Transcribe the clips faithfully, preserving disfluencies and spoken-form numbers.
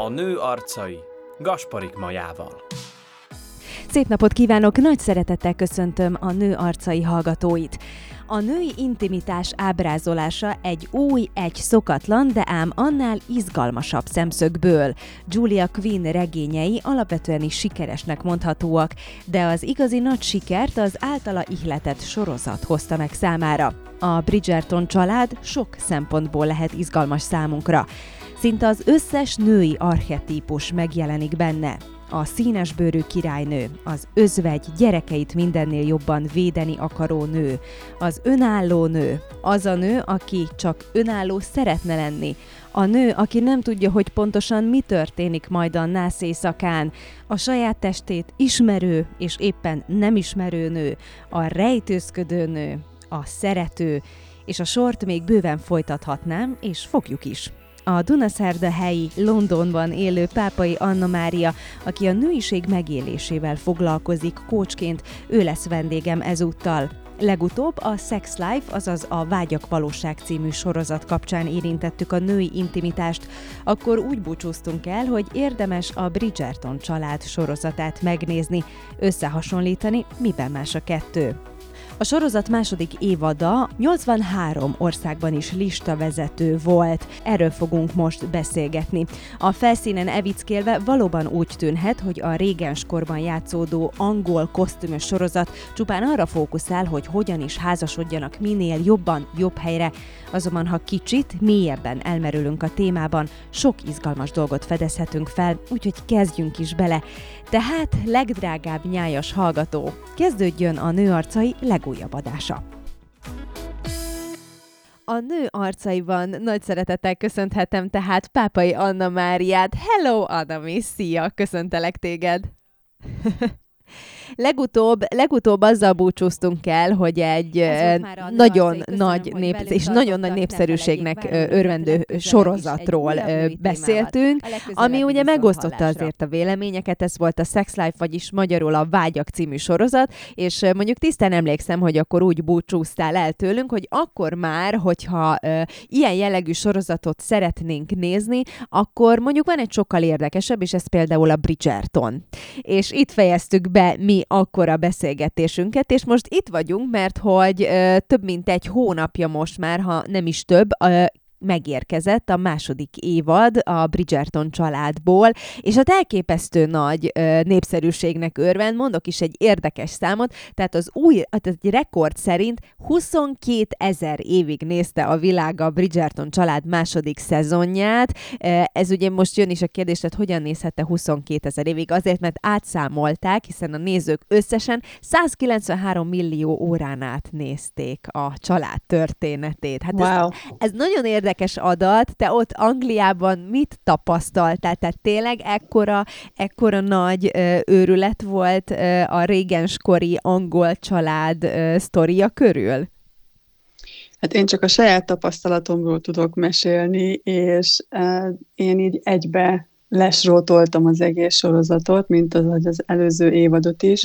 nő arcai Gasparik Majával. Szép napot kívánok! Nagy szeretettel köszöntöm a Nő arcai hallgatóit. A női intimitás ábrázolása egy új, egy szokatlan, de ám annál izgalmasabb szemszögből. Julia Quinn regényei alapvetően is sikeresnek mondhatóak, de az igazi nagy sikert az általa ihletett sorozat hozta meg számára. A Bridgerton család sok szempontból lehet izgalmas számunkra. Szinte az összes női archetípus megjelenik benne. A színesbőrű királynő, az özvegy, gyerekeit mindennél jobban védeni akaró nő, az önálló nő, az a nő, aki csak önálló szeretne lenni, a nő, aki nem tudja, hogy pontosan mi történik majd a nász éjszakán, a saját testét ismerő és éppen nem ismerő nő, a rejtőzködő nő, a szerető, és a sort még bőven folytathatnám, és fogjuk is. A Dunaszerda helyi Londonban élő Pápai Anna Mária, aki a nőiség megélésével foglalkozik kócsként, ő lesz vendégem ezúttal. Legutóbb a Sex Life, azaz a Vágyak valóság című sorozat kapcsán érintettük a női intimitást, akkor úgy búcsúztunk el, hogy érdemes a Bridgerton család sorozatát megnézni, összehasonlítani, miben más a kettő. A sorozat második évada nyolcvanhárom országban is listavezető volt. Erről fogunk most beszélgetni. A felszínen evickélve valóban úgy tűnhet, hogy a régenskorban játszódó angol kosztümös sorozat csupán arra fókuszál, hogy hogyan is házasodjanak minél jobban, jobb helyre. Azonban, ha kicsit mélyebben elmerülünk a témában, sok izgalmas dolgot fedezhetünk fel, úgyhogy kezdjünk is bele. Tehát, legdrágább nyájas hallgató, kezdődjön a Nő arcai legújabb adása. A Nő arcaiban nagy szeretettel köszönhetem tehát Pápai Anna Máriát. Hello, Adami! Szia! Köszöntelek téged! Legutóbb, legutóbb azzal búcsúztunk el, hogy egy nagyon nagy nép, és nagyon nagy népszerűségnek örvendő sorozatról beszéltünk, ami ugye megosztotta azért a véleményeket, ez volt a Sex Life, vagyis magyarul a Vágyak című sorozat, és mondjuk tisztán emlékszem, hogy akkor úgy búcsúztál el tőlünk, hogy akkor már, hogyha ilyen jellegű sorozatot szeretnénk nézni, akkor mondjuk van egy sokkal érdekesebb, és ez például a Bridgerton. És itt fejeztük be mi akkor a beszélgetésünket, és most itt vagyunk, mert hogy ö, több mint egy hónapja most már, ha nem is több, ö, megérkezett a második évad a Bridgerton családból, és hát elképesztő nagy ö, népszerűségnek örvend, mondok is egy érdekes számot, tehát az új, hát egy rekord szerint huszonkétezer évig nézte a világ a Bridgerton család második szezonját. Ez ugye most jön is a kérdés, tehát hogyan nézhette huszonkétezer évig? Azért, mert átszámolták, hiszen a nézők összesen százkilencvenhárom millió órán át nézték a család történetét. Hát wow. ez, ez nagyon érdekes adat. Te ott Angliában mit tapasztaltál? Tehát tényleg ekkora, ekkora nagy ö, őrület volt ö, a régenskori angol család ö, sztoria körül? Hát én csak a saját tapasztalatomról tudok mesélni, és uh, én így egybe lesrótoltam az egész sorozatot, mint az, hogy az előző évadot is.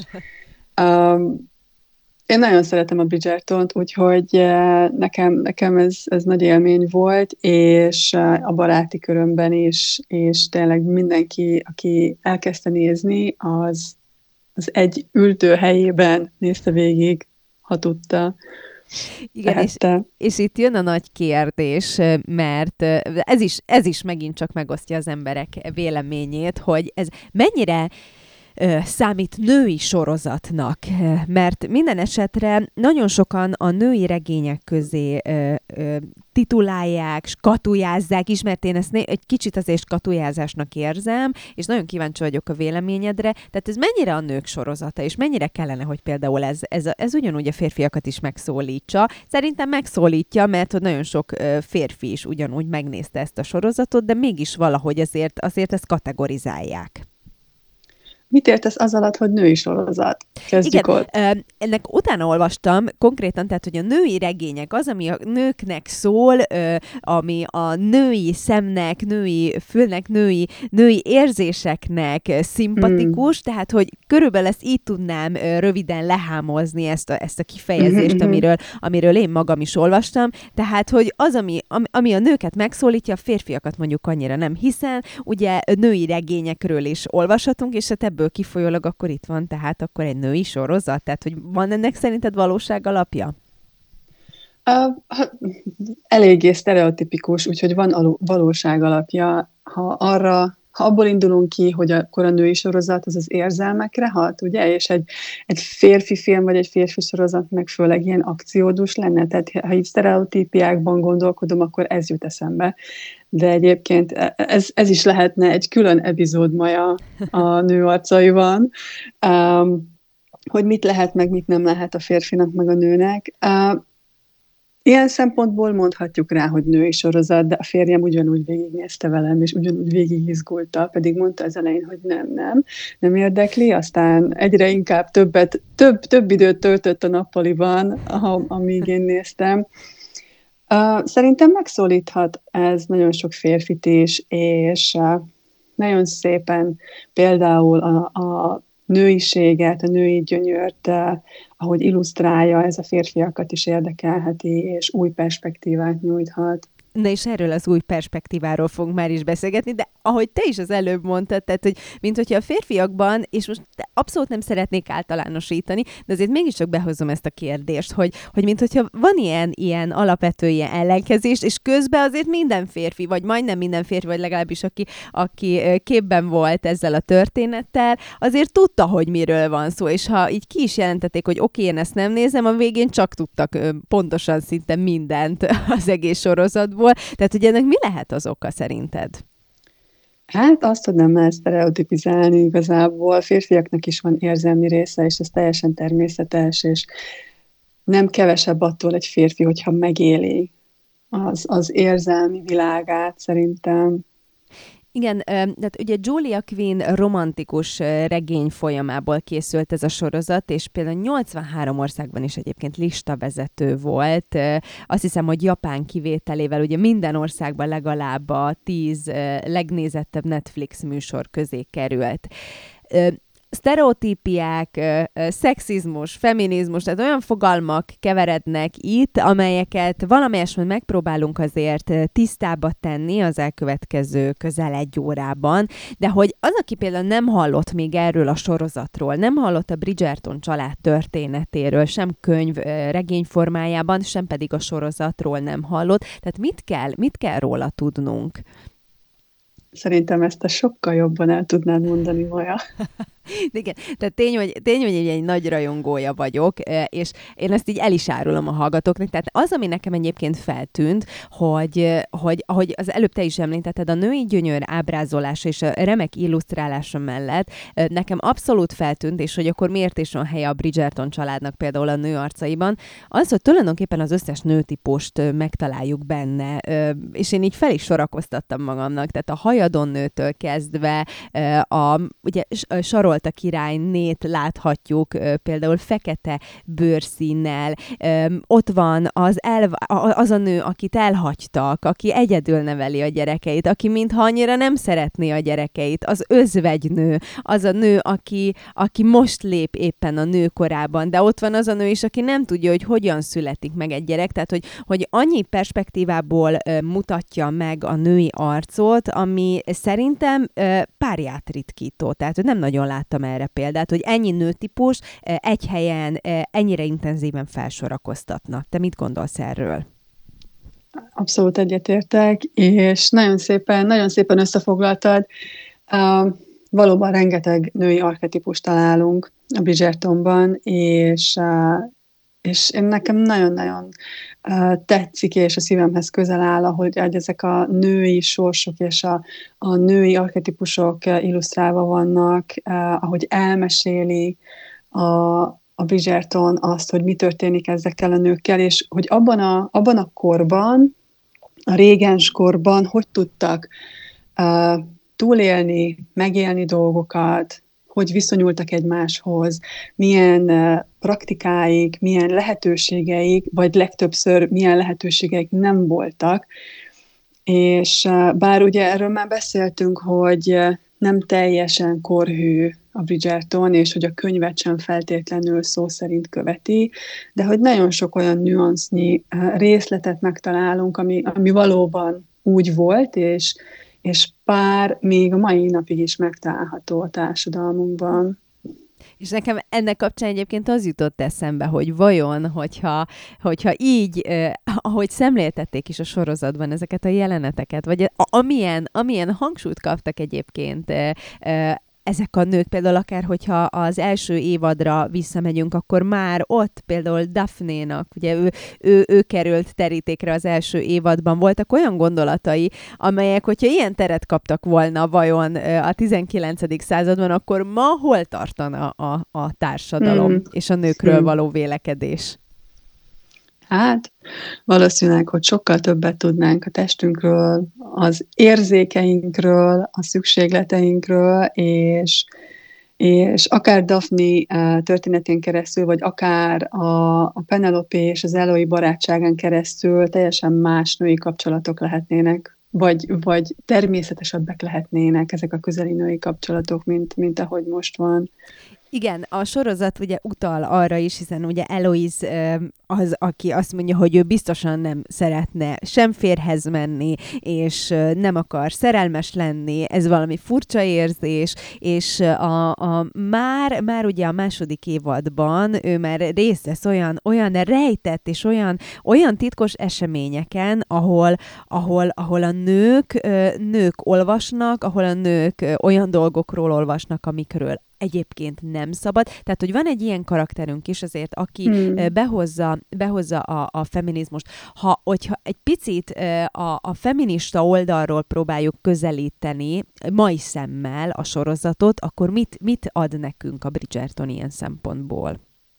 Um, Én nagyon szeretem a Bridgertont, úgyhogy nekem, nekem ez, ez nagy élmény volt, és a baráti körömben is, és tényleg mindenki, aki elkezdte nézni, az, az egy ültőhelyében nézte végig, ha tudta. Igen, és, és itt jön a nagy kérdés, mert ez is, ez is megint csak megosztja az emberek véleményét, hogy ez mennyire számít női sorozatnak, mert minden esetre nagyon sokan a női regények közé ö, ö, titulálják, skatujázzák is, mert én ezt né- egy kicsit azért skatujázásnak érzem, és nagyon kíváncsi vagyok a véleményedre. Tehát ez mennyire a nők sorozata, és mennyire kellene, hogy például ez, ez, ez ugyanúgy a férfiakat is megszólítsa. Szerintem megszólítja, mert hogy nagyon sok ö, férfi is ugyanúgy megnézte ezt a sorozatot, de mégis valahogy azért, azért ezt kategorizálják. Mit értesz az alatt, hogy női sorozat? Kezdjük Igen, ott. ö, ennek utána olvastam konkrétan, tehát, hogy a női regények az, ami a nőknek szól, ö, ami a női szemnek, női fülnek, női, női érzéseknek Mm. szimpatikus, tehát, hogy körülbelül ezt így tudnám ö, röviden lehámozni ezt a, ezt a Mhm, kifejezést, mhm. amiről, amiről én magam is olvastam, tehát, hogy az, ami, ami, ami a nőket megszólítja, a férfiakat mondjuk annyira nem, hiszen ugye női regényekről is olvashatunk, és hát ebből kifolyólag akkor itt van, tehát akkor egy női sorozat, tehát hogy van ennek szerinted valóság alapja? Uh, hát, eléggé sztereotipikus, úgyhogy van alu- valóság alapja. Ha arra, ha abból indulunk ki, hogy akkor a női sorozat az az érzelmekre hat, ugye, és egy, egy férfi film vagy egy férfi sorozat meg főleg ilyen akciódús lenne, tehát ha így sztereotípiákban gondolkodom, akkor ez jut eszembe. De egyébként ez, ez is lehetne egy külön epizód maja a nő arcaiban, um, hogy mit lehet, meg mit nem lehet a férfinak, meg a nőnek. Uh, Ilyen szempontból mondhatjuk rá, hogy női sorozat, de a férjem ugyanúgy végignézte velem, és ugyanúgy végigizgulta, pedig mondta az elején, hogy nem, nem, nem érdekli, aztán egyre inkább többet, több, több időt töltött a nappaliban, amíg én néztem. Uh, szerintem megszólíthat ez nagyon sok férfit is, és uh, nagyon szépen például a, a nőiséget, a női gyönyört, uh, ahogy illusztrálja, ez a férfiakat is érdekelheti, és új perspektívát nyújthat. Na és erről az új perspektíváról fogunk már is beszélgetni, de ahogy te is az előbb mondtad, tehát, hogy mint hogyha a férfiakban, és most abszolút nem szeretnék általánosítani, de azért mégiscsak behozom ezt a kérdést, hogy, hogy mint hogyha van ilyen, ilyen alapvető ilyen ellenkezés, és közben azért minden férfi, vagy majdnem minden férfi, vagy legalábbis aki, aki képben volt ezzel a történettel, azért tudta, hogy miről van szó, és ha így ki is jelentették, hogy oké, én ezt nem nézem, a végén csak tudtak pontosan szinte mindent az egész sorozatból. Tehát, hogy ennek mi lehet az oka szerinted? Hát azt, hogy nem lehet sztereotipizálni igazából. Férfiaknak is van érzelmi része, és ez teljesen természetes, és nem kevesebb attól egy férfi, hogyha megéli az, az érzelmi világát, szerintem. Igen, tehát ugye Julia Quinn romantikus regény folyamából készült ez a sorozat, és például nyolcvanhárom országban is egyébként listavezető volt. Azt hiszem, hogy Japán kivételével ugye minden országban legalább a tíz legnézettebb Netflix műsor közé került. Sztereotípiák, szexizmus, feminizmus, tehát olyan fogalmak keverednek itt, amelyeket valamelyesben megpróbálunk azért tisztába tenni az elkövetkező közel egy órában, de hogy az, aki például nem hallott még erről a sorozatról, nem hallott a Bridgerton család történetéről, sem könyv regény formájában, sem pedig a sorozatról nem hallott, tehát mit kell, mit kell róla tudnunk? Szerintem ezt a sokkal jobban el tudnád mondani, Maja. Igen, tehát tény, hogy, tény, hogy egy nagy rajongója vagyok, és én ezt így el is árulom a hallgatóknak. Tehát az, ami nekem egyébként feltűnt, hogy, hogy ahogy az előbb te is említetted, a női gyönyör ábrázolása és a remek illusztrálása mellett nekem abszolút feltűnt, és hogy akkor miért is van helye a Bridgerton családnak például a nő arcaiban, az, hogy tulajdonképpen az összes nőtípust megtaláljuk benne, és én így fel is sorakoztattam magamnak, tehát a hajadon nőtől kezdve, a, ugye, Sarol a királynét láthatjuk, például fekete bőrszínnel. Ott van az, elv- az a nő, akit elhagytak, aki egyedül neveli a gyerekeit, aki mintha annyira nem szeretné a gyerekeit. Az özvegynő, az a nő, aki, aki most lép éppen a nőkorában, de ott van az a nő is, aki nem tudja, hogy hogyan születik meg egy gyerek, tehát hogy, hogy annyi perspektívából mutatja meg a női arcot, ami szerintem párját ritkító, tehát hogy nem nagyon láttam erre példát, hogy ennyi nőtípus egy helyen ennyire intenzíven felsorakoztatna. Te mit gondolsz erről? Abszolút egyetértek, és nagyon szépen, nagyon szépen összefoglaltad. Uh, valóban rengeteg női archetípust találunk a Bridgertonban, és, uh, és én nekem nagyon-nagyon uh, tetszik, és a szívemhez közel áll, ahogy ezek a női sorsok és a, a női archetípusok illusztrálva vannak, uh, ahogy elmeséli a, a Bridgerton azt, hogy mi történik ezekkel a nőkkel, és hogy abban a, abban a korban, a régens korban hogy tudtak uh, túlélni, megélni dolgokat, hogy viszonyultak egymáshoz, milyen praktikáik, milyen lehetőségeik, vagy legtöbbször milyen lehetőségeik nem voltak. És bár ugye erről már beszéltünk, hogy nem teljesen korhű a Bridgerton, és hogy a könyvet sem feltétlenül szó szerint követi, de hogy nagyon sok olyan nüansznyi részletet megtalálunk, ami, ami valóban úgy volt, és, és pár még a mai napig is megtalálható a társadalmunkban. És nekem ennek kapcsán egyébként az jutott eszembe, hogy vajon, hogyha, hogyha így, eh, ahogy szemléltették is a sorozatban ezeket a jeleneteket, vagy a, amilyen, amilyen hangsúlyt kaptak egyébként eh, eh, ezek a nők, például akár, hogyha az első évadra visszamegyünk, akkor már ott például Daphne-nak, ugye ő, ő, ő került terítékre az első évadban, voltak olyan gondolatai, amelyek, hogyha ilyen teret kaptak volna vajon a tizenkilencedik században, akkor ma hol tartana a, a társadalom hmm. és a nőkről hmm. való vélekedés? Hát, valószínűleg, hogy sokkal többet tudnánk a testünkről, az érzékeinkről, a szükségleteinkről, és, és akár Daphne történetén keresztül, vagy akár a, a Penelope és az Eloy barátságán keresztül teljesen más női kapcsolatok lehetnének, vagy, vagy természetesebbek lehetnének ezek a közeli női kapcsolatok, mint, mint ahogy most van. Igen, a sorozat ugye utal arra is, hiszen ugye Eloise az, aki azt mondja, hogy ő biztosan nem szeretne sem férhez menni, és nem akar szerelmes lenni, ez valami furcsa érzés, és a, a, már, már ugye a második évadban ő már részt vesz olyan, olyan rejtett és olyan, olyan titkos eseményeken, ahol, ahol, ahol a nők, nők olvasnak, ahol a nők olyan dolgokról olvasnak, amikről egyébként nem szabad. Tehát, hogy van egy ilyen karakterünk is azért, aki hmm. behozza, behozza a, a feminizmust. Ha, hogyha egy picit a, a feminista oldalról próbáljuk közelíteni mai szemmel a sorozatot, akkor mit, mit ad nekünk a Bridgerton ilyen szempontból?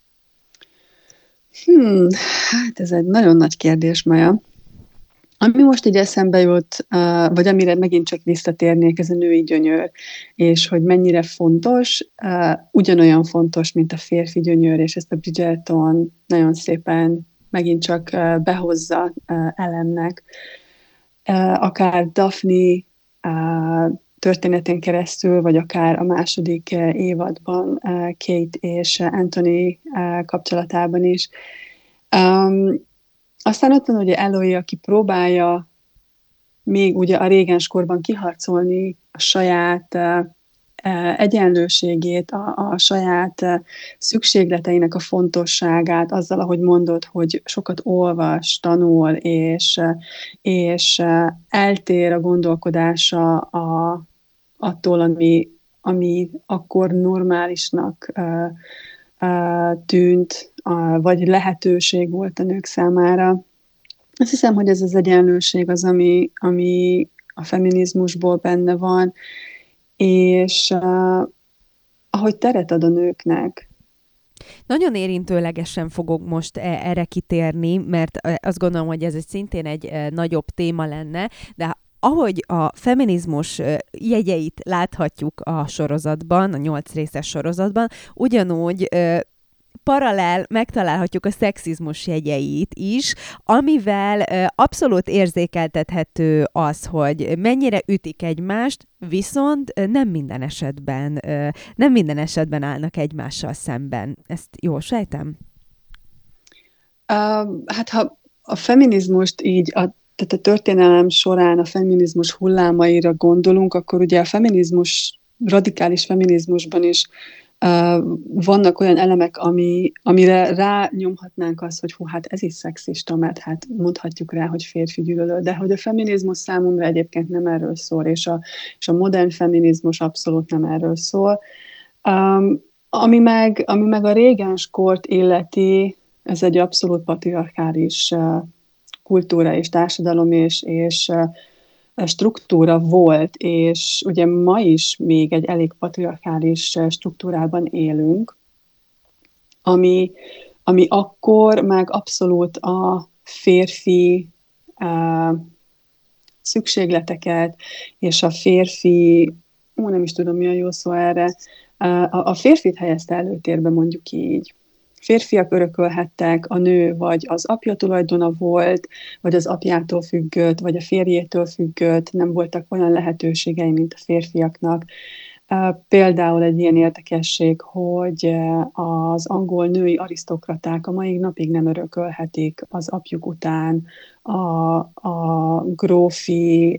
Hmm, hát ez egy nagyon nagy kérdés, Maja. Ami most így eszembe jut, vagy amire megint csak visszatérnék, ez a női gyönyör, és hogy mennyire fontos, ugyanolyan fontos, mint a férfi gyönyör, és ezt a Bridgerton nagyon szépen megint csak behozza elemnek. Akár Daphne történetén keresztül, vagy akár a második évadban Kate és Anthony kapcsolatában is. Aztán ott van ugye Eloy, aki próbálja még ugye a régenskorban kiharcolni a saját uh, egyenlőségét, a, a saját uh, szükségleteinek a fontosságát, azzal, ahogy mondod, hogy sokat olvas, tanul, és, uh, és uh, eltér a gondolkodása a, attól, ami, ami akkor normálisnak uh, uh, tűnt, uh, vagy lehetőség volt a nők számára. Azt hiszem, hogy ez az egyenlőség az, ami, ami a feminizmusból benne van, és uh, ahogy teret ad a nőknek. Nagyon érintőlegesen fogok most erre kitérni, mert azt gondolom, hogy ez egy szintén egy nagyobb téma lenne, de ahogy a feminizmus jegyeit láthatjuk a sorozatban, a nyolc részes sorozatban, ugyanúgy paralel megtalálhatjuk a szexizmus jegyeit is, amivel uh, abszolút érzékeltethető az, hogy mennyire ütik egymást, viszont uh, nem minden esetben, uh, nem minden esetben állnak egymással szemben. Ezt jól sejtem? Uh, hát ha a feminizmust így, a, tehát a történelem során a feminizmus hullámaira gondolunk, akkor ugye a feminizmus, radikális feminizmusban is Uh, vannak olyan elemek, ami, amire rányomhatnánk azt, hogy hú, hát ez is szexista, mert hát mondhatjuk rá, hogy férfi gyűlölő, de hogy a feminizmus számomra egyébként nem erről szól, és a, és a modern feminizmus abszolút nem erről szól. Um, ami, meg, ami meg a régens kort illeti, ez egy abszolút patriarchális uh, kultúra és társadalom, és, és uh, struktúra volt, és ugye ma is még egy elég patriarchális struktúrában élünk, ami, ami akkor meg abszolút a férfi uh, szükségleteket, és a férfi, ó, nem is tudom, mi a jó szó erre, A, a férfit helyezte előtérbe, mondjuk így. Férfiak örökölhettek, a nő vagy az apja tulajdona volt, vagy az apjától függött, vagy a férjétől függött, nem voltak olyan lehetőségei, mint a férfiaknak. Például egy ilyen érdekesség, hogy az angol női arisztokraták a mai napig nem örökölhetik az apjuk után a, a grófi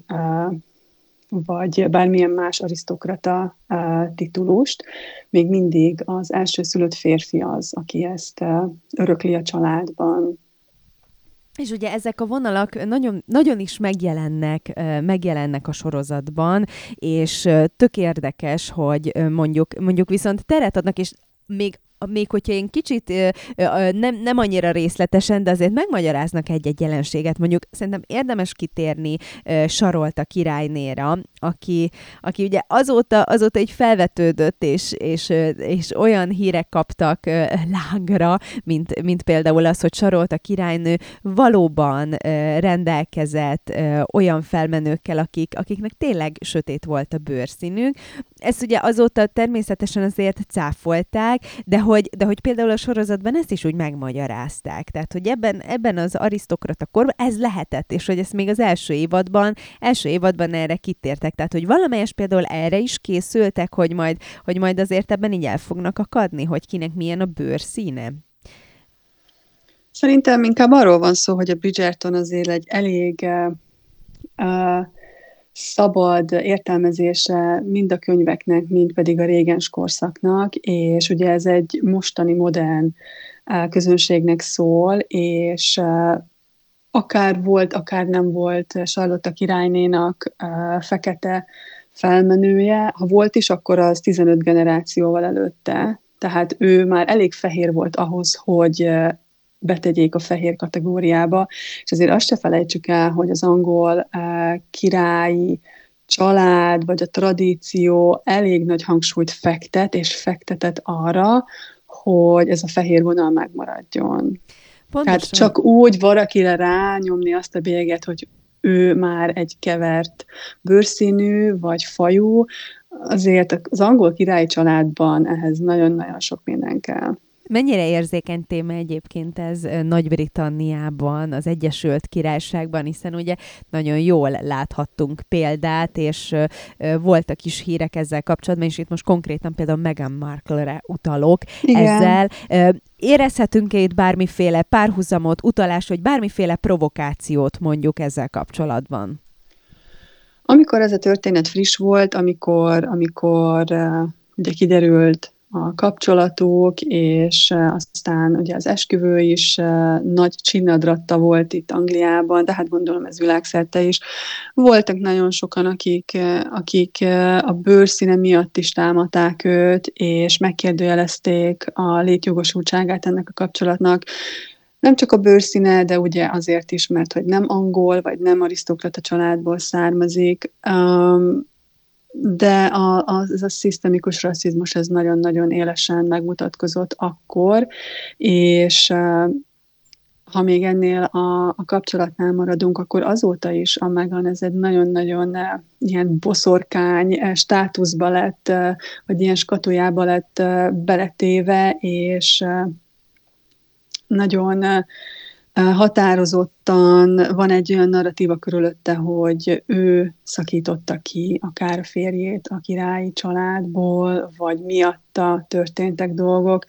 vagy bármilyen más arisztokrata titulust. Még mindig az elsőszülött férfi az, aki ezt örökli a családban. És ugye ezek a vonalak nagyon, nagyon is megjelennek, megjelennek a sorozatban, és tök érdekes, hogy mondjuk, mondjuk viszont teret adnak, és még még hogyha én kicsit nem, nem annyira részletesen, de azért megmagyaráznak egy-egy jelenséget. Mondjuk szerintem érdemes kitérni Sarolta királynéra, aki, aki ugye azóta, azóta egy felvetődött, és, és, és olyan hírek kaptak lángra, mint, mint például az, hogy Sarolta királynő valóban rendelkezett olyan felmenőkkel, akik, akiknek tényleg sötét volt a bőrszínük. Ezt ugye azóta természetesen azért cáfolták, de hogy, de hogy például a sorozatban ezt is úgy megmagyarázták. Tehát, hogy ebben, ebben az arisztokrata korban ez lehetett, és hogy ezt még az első évadban, első évadban erre kitértek. Tehát, hogy valamelyes például erre is készültek, hogy majd, hogy majd azért ebben így el fognak akadni, hogy kinek milyen a bőrszíne. Szerintem inkább arról van szó, hogy a Bridgerton azért egy elég uh, uh, szabad értelmezése mind a könyveknek, mind pedig a régens korszaknak, és ugye ez egy mostani modern közönségnek szól, és akár volt, akár nem volt Charlotte királynénak fekete felmenője, ha volt is, akkor az tizenöt generációval előtte, tehát ő már elég fehér volt ahhoz, hogy betegyék a fehér kategóriába, és azért azt se felejtsük el, hogy az angol uh, királyi család, vagy a tradíció elég nagy hangsúlyt fektet, és fektetett arra, hogy ez a fehér vonal megmaradjon. Pontosan. Tehát csak úgy valakire rányomni azt a bélyeget, hogy ő már egy kevert bőrszínű, vagy fajú, azért az angol királyi családban ehhez nagyon-nagyon sok minden kell. Mennyire érzékeny téma egyébként ez Nagy-Britanniában, az Egyesült Királyságban, hiszen ugye nagyon jól láthattunk példát, és voltak is hírek ezzel kapcsolatban, és itt most konkrétan például Meghan Markle-re utalok. Igen. Ezzel érezhetünk-e itt bármiféle párhuzamot, utalást, vagy bármiféle provokációt mondjuk ezzel kapcsolatban? Amikor ez a történet friss volt, amikor, amikor ugye kiderült a kapcsolatuk, és aztán ugye az esküvő is nagy csinnadratta volt itt Angliában, de hát gondolom ez világszerte is. Voltak nagyon sokan, akik, akik a bőrszíne miatt is támadták őt, és megkérdőjelezték a létjogosultságát ennek a kapcsolatnak. Nem csak a bőrszíne, de ugye azért is, mert hogy nem angol, vagy nem arisztokrata családból származik. Um, de a, a, ez a szisztemikus rasszizmus ez nagyon-nagyon élesen megmutatkozott akkor, és ha még ennél a, a kapcsolatnál maradunk, akkor azóta is a Meghan ez egy nagyon-nagyon ilyen boszorkány státuszba lett, vagy ilyen skatujába lett beletéve, és nagyon határozottan van egy olyan narratíva körülötte, hogy ő szakította ki akár a férjét a királyi családból, vagy miatta történtek dolgok,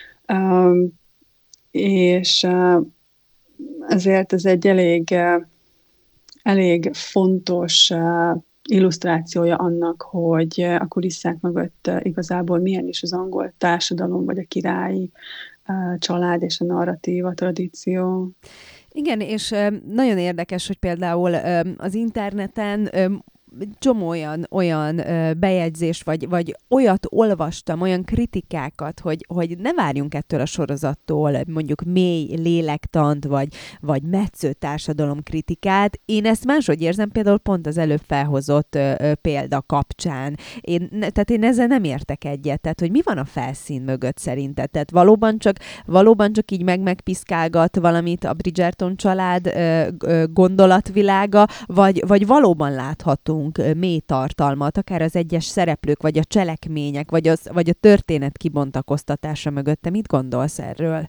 és ezért ez egy elég, elég fontos illusztrációja annak, hogy a kulisszák mögött igazából milyen is az angol társadalom, vagy a királyi család és a narratíva, a tradíció. Igen, és nagyon érdekes, hogy például az interneten csomó olyan, olyan ö, bejegyzést, vagy, vagy olyat olvastam, olyan kritikákat, hogy, hogy ne várjunk ettől a sorozattól mondjuk mély lélektant, vagy, vagy metsző társadalom kritikát. Én ezt máshogy érzem, például pont az előbb felhozott ö, ö, példa kapcsán. Én, ne, tehát én ezzel nem értek egyet. Tehát, hogy mi van a felszín mögött szerinted? Tehát valóban csak, valóban csak így meg-megpiszkálgat valamit a Bridgerton család ö, ö, gondolatvilága, vagy, vagy valóban láthatunk kapjunk ö, mély tartalmat, akár az egyes szereplők, vagy a cselekmények, vagy, az, vagy a történet kibontakoztatása mögött. Te mit gondolsz erről?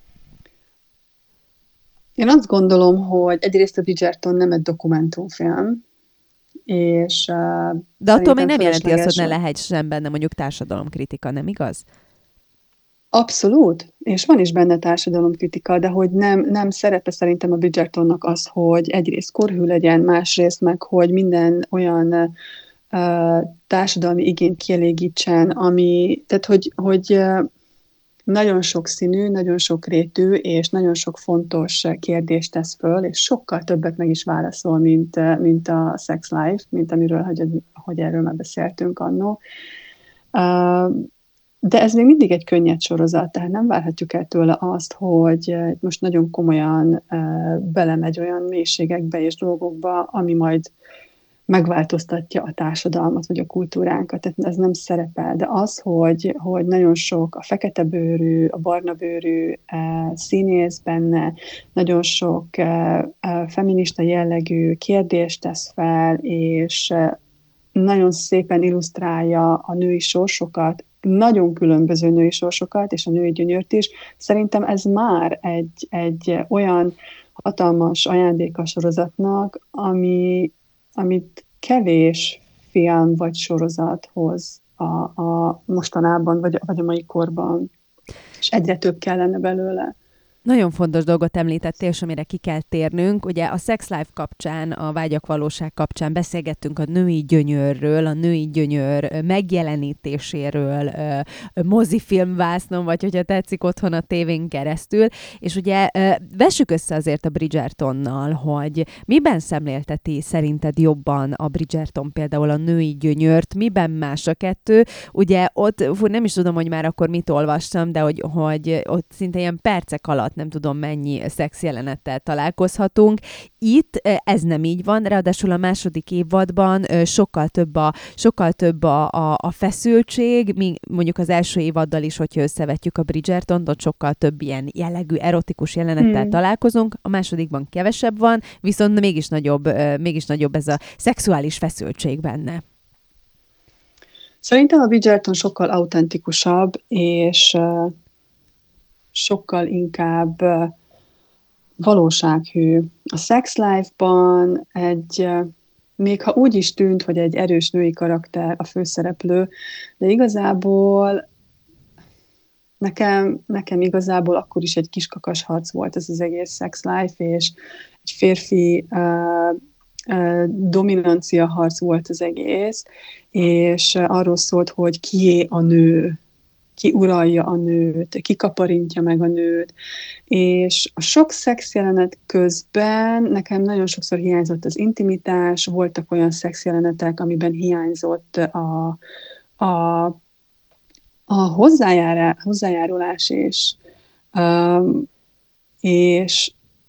Én azt gondolom, hogy egyrészt a Bridgerton nem egy dokumentumfilm, és uh, De attól még nem jelenti azt, hogy fölösleges. ne lehessen benne mondjuk társadalomkritika, nem igaz? Abszolút, és van is benne társadalomkritika, de hogy nem, nem szerepe szerintem a Bridgertonnak az, hogy egyrészt korhű legyen, másrészt meg, hogy minden olyan uh, társadalmi igényt kielégítsen, ami, tehát hogy, hogy uh, nagyon sokszínű, nagyon sokrétű, és nagyon sok fontos kérdést tesz föl, és sokkal többet meg is válaszol, mint, uh, mint a Sex Life, mint amiről, hogy, hogy erről már beszéltünk annó. Uh, De ez még mindig egy könnyed sorozat, tehát nem várhatjuk el tőle azt, hogy most nagyon komolyan uh, belemegy olyan mélységekbe és dolgokba, ami majd megváltoztatja a társadalmat vagy a kultúránkat. Tehát ez nem szerepel, de az, hogy, hogy nagyon sok a fekete bőrű, a barna bőrű uh, színész benne, nagyon sok uh, uh, feminista jellegű kérdést tesz fel, és uh, nagyon szépen illusztrálja a női sorsokat, nagyon különböző női sorsokat, és a női gyönyört is. Szerintem ez már egy, egy olyan hatalmas ajándék a sorozatnak, ami, amit kevés film vagy sorozat hoz a, a mostanában, vagy, vagy a mai korban. És egyre több kellene belőle. Nagyon fontos dolgot említettél, és amire ki kell térnünk. Ugye a Sex Life kapcsán, a Vágyak valóság kapcsán beszélgettünk a női gyönyörről, a női gyönyör megjelenítéséről, mozifilmvásznon, vagy hogyha tetszik, otthon a tévén keresztül. És ugye vessük össze azért a Bridgertonnal, hogy miben szemlélteti szerinted jobban a Bridgerton például a női gyönyört, miben más a kettő? Ugye ott, fú, nem is tudom, hogy már akkor mit olvastam, de hogy, hogy ott szinte ilyen percek alatt nem tudom mennyi szexjelenettel találkozhatunk. Itt ez nem így van, ráadásul a második évadban sokkal több a, sokkal több a, a, a feszültség, mi mondjuk az első évaddal is, hogyha összevetjük a Bridgertont, ott sokkal több ilyen jellegű erotikus jelenettel hmm. találkozunk, a másodikban kevesebb van, viszont mégis nagyobb, mégis nagyobb ez a szexuális feszültség benne. Szerintem a Bridgerton sokkal autentikusabb, és sokkal inkább valósághű. A Sex Life-ban egy, még ha úgy is tűnt, hogy egy erős női karakter a főszereplő, de igazából nekem, nekem igazából akkor is egy kiskakas harc volt ez az egész Sex Life, és egy férfi uh, uh, dominancia harc volt az egész, és uh, arról szólt, hogy kié a nő, ki uralja a nőt, ki kaparintja meg a nőt, és a sok szexjelenet közben nekem nagyon sokszor hiányzott az intimitás, voltak olyan szexjelenetek, amiben hiányzott a, a, a hozzájárá, hozzájárulás is, um, és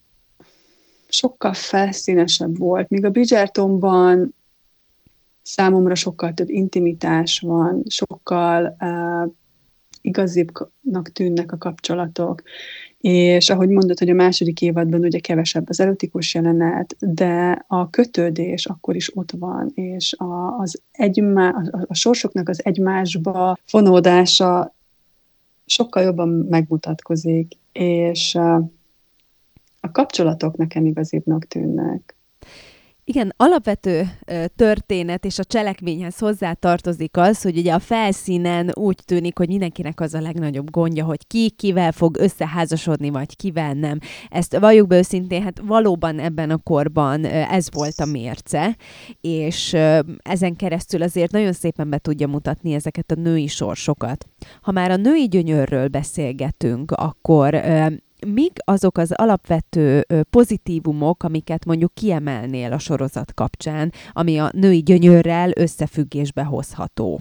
sokkal felszínesebb volt, míg a Bridgertonban számomra sokkal több intimitás van, sokkal uh, igazibbnak tűnnek a kapcsolatok, és ahogy mondod, hogy a második évadban ugye kevesebb az erotikus jelenet, de a kötődés akkor is ott van, és a, az egymá, a, a sorsoknak az egymásba fonódása sokkal jobban megmutatkozik, és a kapcsolatok nekem igazibbnak tűnnek. Igen, alapvető történet és a cselekményhez hozzá tartozik az, hogy ugye a felszínen úgy tűnik, hogy mindenkinek az a legnagyobb gondja, hogy ki kivel fog összeházasodni, vagy kivel nem. Ezt valljuk be őszintén, hát valóban ebben a korban ez volt a mérce, és ezen keresztül azért nagyon szépen be tudja mutatni ezeket a női sorsokat. Ha már a női gyönyörről beszélgetünk, akkor mik azok az alapvető pozitívumok, amiket mondjuk kiemelnél a sorozat kapcsán, ami a női gyönyörrel összefüggésbe hozható?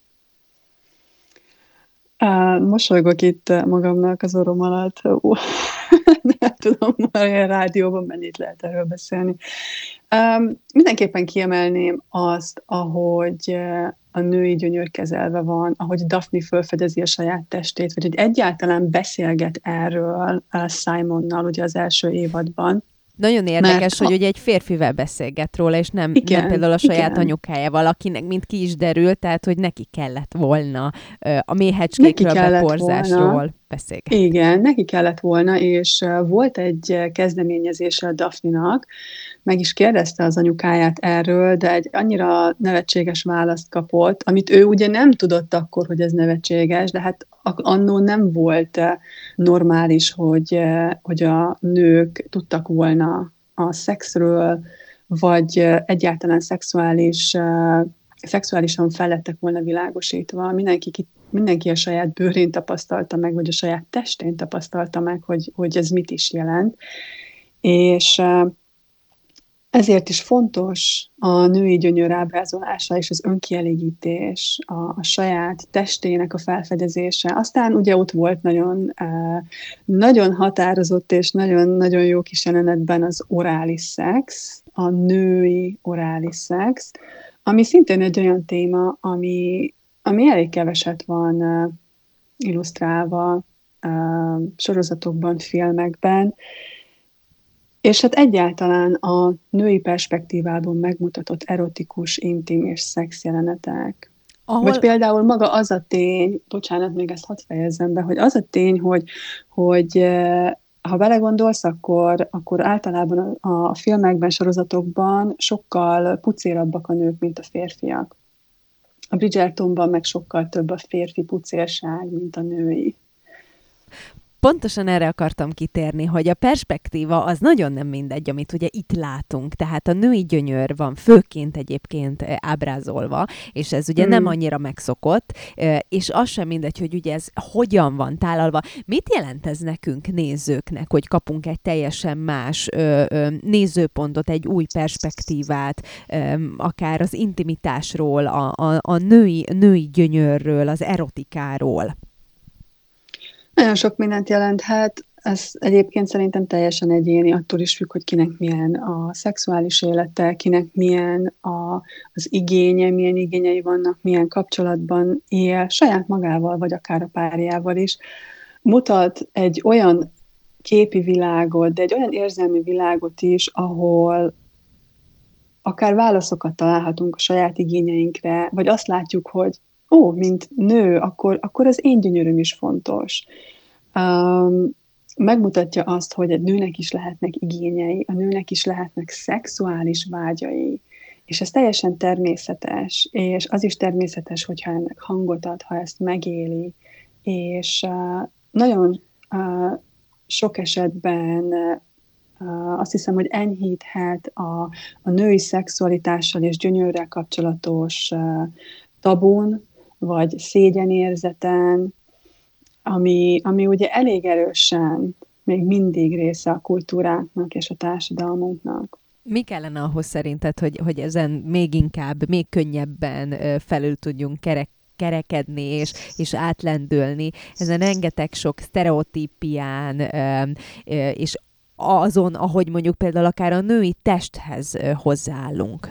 Á, mosolygok itt magamnak az orrom alatt. Nem tudom, már a rádióban mennyit lehet erről beszélni. Um, mindenképpen kiemelném azt, ahogy a női gyönyör kezelve van, ahogy Daphne felfedezi a saját testét, vagy hogy egyáltalán beszélget erről Simonnal ugye az első évadban. Nagyon Mert érdekes, hogy a... ugye egy férfivel beszélget róla, és nem, nem Igen, például a saját igen. anyukájával, akinek mind ki is derült, tehát hogy neki kellett volna ö, a Neki méhecskékről, kellett volna, beporzásról beszélgetni. igen, neki kellett volna, és uh, volt egy uh, kezdeményezése a Daphne-nak, meg is kérdezte az anyukáját erről, de egy annyira nevetséges választ kapott, amit ő ugye nem tudott akkor, hogy ez nevetséges, de hát annó nem volt uh, normális, hogy, uh, hogy a nők tudtak volna a szexről, vagy uh, egyáltalán szexuális, uh, szexuálisan felettek volna világosítva. Mindenki ki Mindenki a saját bőrén tapasztalta meg, vagy a saját testén tapasztalta meg, hogy, hogy ez mit is jelent. És ezért is fontos a női gyönyör ábrázolása és az önkielégítés, a, a saját testének a felfedezése. Aztán ugye ott volt nagyon, nagyon határozott és nagyon-nagyon jó kis jelenetben az orális szex, a női orális szex, ami szintén egy olyan téma, ami, ami elég keveset van uh, illusztrálva uh, sorozatokban, filmekben, és hát egyáltalán a női perspektívában megmutatott erotikus, intim és szex jelenetek. Ahol... Vagy például maga az a tény, bocsánat, még ezt hadd fejezzem be, hogy az a tény, hogy, hogy uh, ha belegondolsz, akkor, akkor általában a, a filmekben, sorozatokban sokkal pucérabbak a nők, mint a férfiak. A Bridgertonban meg sokkal több a férfi pucérság, mint a női. Pontosan erre akartam kitérni, hogy a perspektíva az nagyon nem mindegy, amit ugye itt látunk. Tehát a női gyönyör van főként egyébként ábrázolva, és ez ugye mm. nem annyira megszokott, és az sem mindegy, hogy ugye ez hogyan van tálalva. Mit jelent ez nekünk nézőknek, hogy kapunk egy teljesen más nézőpontot, egy új perspektívát, akár az intimitásról, a, a, a női, női gyönyörről, az erotikáról? Nagyon sok mindent jelenthet, ez egyébként szerintem teljesen egyéni, attól is függ, hogy kinek milyen a szexuális élete, kinek milyen a, az igénye, milyen igényei vannak, milyen kapcsolatban él, saját magával, vagy akár a párjával is. Mutat egy olyan képi világot, de egy olyan érzelmi világot is, ahol akár válaszokat találhatunk a saját igényeinkre, vagy azt látjuk, hogy ó, mint nő, akkor, akkor az én gyönyöröm is fontos. Um, megmutatja azt, hogy egy nőnek is lehetnek igényei, a nőnek is lehetnek szexuális vágyai, és ez teljesen természetes, és az is természetes, hogyha ennek hangot ad, ha ezt megéli, és uh, nagyon uh, sok esetben uh, azt hiszem, hogy enyhíthet a, a női szexualitással és gyönyörrel kapcsolatos uh, tabun, vagy szégyenérzeten, ami, ami ugye elég erősen még mindig része a kultúránknak és a társadalmunknak. Mi kellene ahhoz szerinted, hogy, hogy ezen még inkább, még könnyebben felül tudjunk kerek, kerekedni és, és átlendülni? Ezen rengeteg sok sztereotípián és azon, ahogy mondjuk például akár a női testhez hozzáállunk.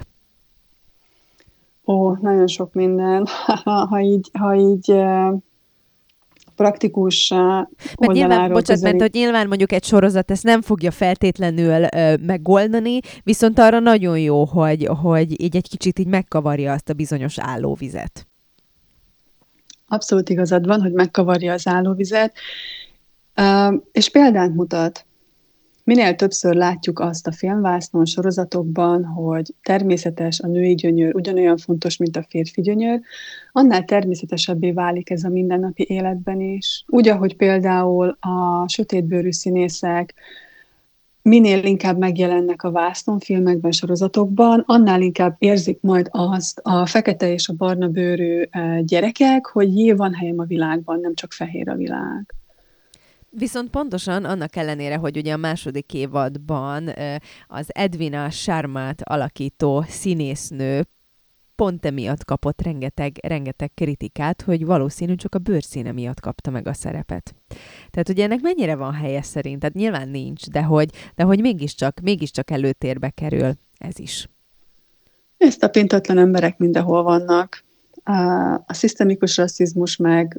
Ó, nagyon sok minden. Ha így, ha így praktikus mert nyilván, bocsánat, mert hogy nyilván mondjuk egy sorozat ezt nem fogja feltétlenül ö, megoldani, viszont arra nagyon jó, hogy, hogy így egy kicsit így megkavarja azt a bizonyos állóvizet. Abszolút igazad van, hogy megkavarja az állóvizet, uh, és példát mutat. Minél többször látjuk azt a filmvásznon, sorozatokban, hogy természetes a női gyönyör, ugyanolyan fontos, mint a férfi gyönyör, annál természetesebbé válik ez a mindennapi életben is. Úgy, ahogy például a sötétbőrű színészek minél inkább megjelennek a vászonfilmekben, sorozatokban, annál inkább érzik majd azt a fekete és a barna bőrű gyerekek, hogy jé, van helyem a világban, nem csak fehér a világ. Viszont pontosan annak ellenére, hogy ugye a második évadban az Edwina Sharmát alakító színésznő pont emiatt kapott rengeteg, rengeteg kritikát, hogy valószínű csak a bőrszíne miatt kapta meg a szerepet. Tehát ugye ennek mennyire van helye szerint? Tehát nyilván nincs, de hogy, de hogy mégiscsak, mégiscsak előtérbe kerül ez is. És tapintatlan emberek mindenhol vannak. A szisztemikus rasszizmus meg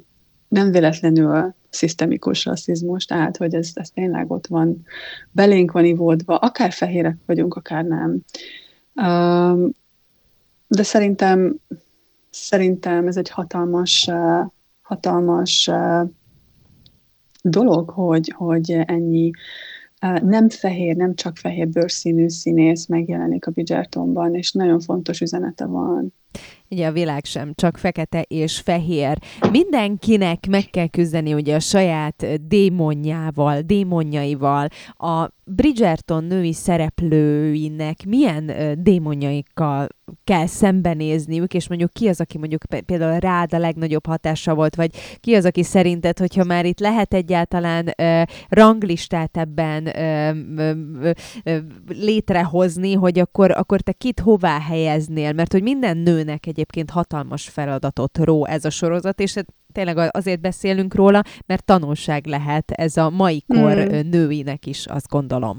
nem véletlenül szisztemikus rasszizmus, tehát hogy ez, ez tényleg ott van, belénk van ivódva, akár fehérek vagyunk, akár nem. Um, de szerintem, szerintem ez egy hatalmas, uh, hatalmas uh, dolog, hogy, hogy ennyi uh, nem fehér, nem csak fehér bőrszínű színész megjelenik a Bridgertonban, és nagyon fontos üzenete van. Ugye a világ sem csak fekete és fehér. Mindenkinek meg kell küzdeni ugye a saját démonjával, démonjaival. A Bridgerton női szereplőinek milyen démonjaikkal kell szembenézniük, és mondjuk ki az, aki mondjuk például rád a legnagyobb hatása volt, vagy ki az, aki szerinted, hogyha már itt lehet egyáltalán uh, ranglistát ebben uh, uh, uh, létrehozni, hogy akkor, akkor te kit hová helyeznél, mert hogy minden nőnek egyébként hatalmas feladatot ró ez a sorozat, és tényleg azért beszélünk róla, mert tanulság lehet ez a mai kor mm. nőinek is, azt gondolom.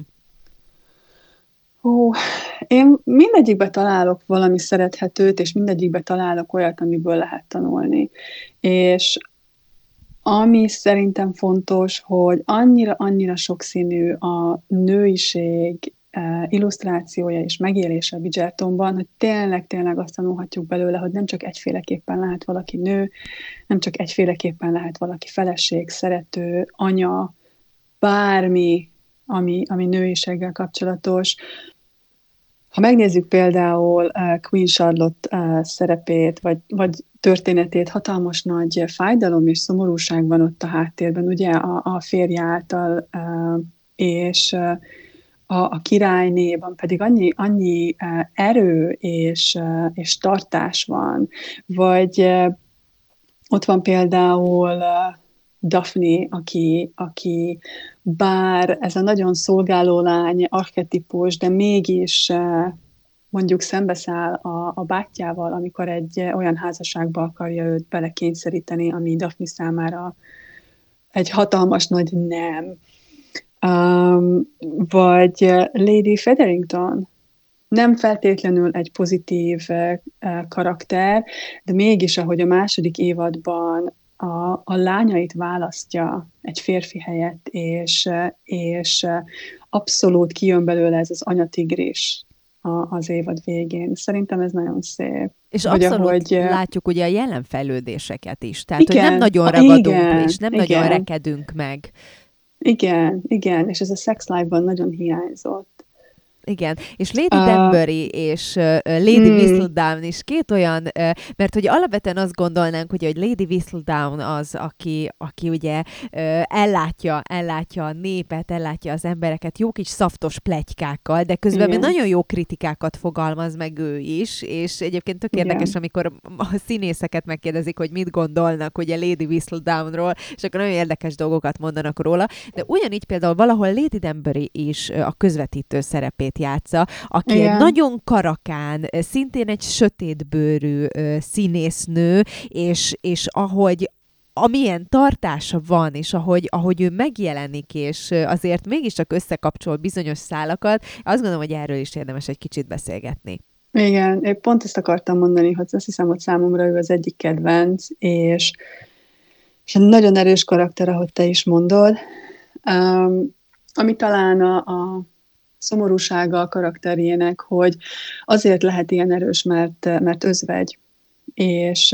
Ó, én mindegyikbe találok valami szerethetőt, és mindegyikbe találok olyat, amiből lehet tanulni. És ami szerintem fontos, hogy annyira-annyira sokszínű a nőiség illusztrációja és megélése a Bridgertonban, hogy tényleg-tényleg azt tanulhatjuk belőle, hogy nem csak egyféleképpen lehet valaki nő, nem csak egyféleképpen lehet valaki feleség, szerető, anya, bármi, ami, ami nőiséggel kapcsolatos. Ha megnézzük például uh, Queen Charlotte uh, szerepét, vagy, vagy történetét, hatalmas nagy fájdalom és szomorúság van ott a háttérben, ugye a, a férje által, uh, és uh, a, a királynéban pedig annyi, annyi uh, erő és, uh, és tartás van, vagy uh, ott van például uh, Daphne, aki, aki bár ez a nagyon szolgáló lány archetípus, de mégis mondjuk szembeszáll a, a bátyjával, amikor egy olyan házasságba akarja őt belekényszeríteni, ami Daphne számára egy hatalmas nagy nem. Um, vagy Lady Featherington, nem feltétlenül egy pozitív uh, karakter, de mégis, ahogy a második évadban a, a lányait választja egy férfi helyett, és, és abszolút kijön belőle ez az anyatigris az évad végén. Szerintem ez nagyon szép. És hogy abszolút ahogy... látjuk ugye a jelenfejlődéseket is. Tehát, igen, hogy nem nagyon ragadunk, igen, és nem igen. nagyon rekedünk meg. Igen, igen, és ez a Sex Life-ban nagyon hiányzott. Igen, és Lady uh, Danbury és uh, Lady mm. Whistledown is két olyan, uh, mert hogy alapvetően azt gondolnánk, hogy, hogy Lady Whistledown az, aki, aki ugye uh, ellátja, ellátja a népet, ellátja az embereket jó kis szaftos pletykákkal, de közben még nagyon jó kritikákat fogalmaz meg ő is, és egyébként tök érdekes, igen. amikor a színészeket megkérdezik, hogy mit gondolnak ugye Lady Whistledownról, és akkor nagyon érdekes dolgokat mondanak róla, de ugyanígy például valahol Lady Danbury is a közvetítő szerepét játsza, aki igen. egy nagyon karakán, szintén egy sötétbőrű színésznő, és, és ahogy amilyen tartása van, és ahogy, ahogy ő megjelenik, és azért mégiscsak összekapcsol bizonyos szálakat, azt gondolom, hogy erről is érdemes egy kicsit beszélgetni. Igen, én pont ezt akartam mondani, hogy azt hiszem, hogy számomra ő az egyik kedvenc, és, és nagyon erős karakter, ahogy te is mondod, um, ami talán a, a szomorúsága a karakterjének, hogy azért lehet ilyen erős, mert, mert özvegy. És,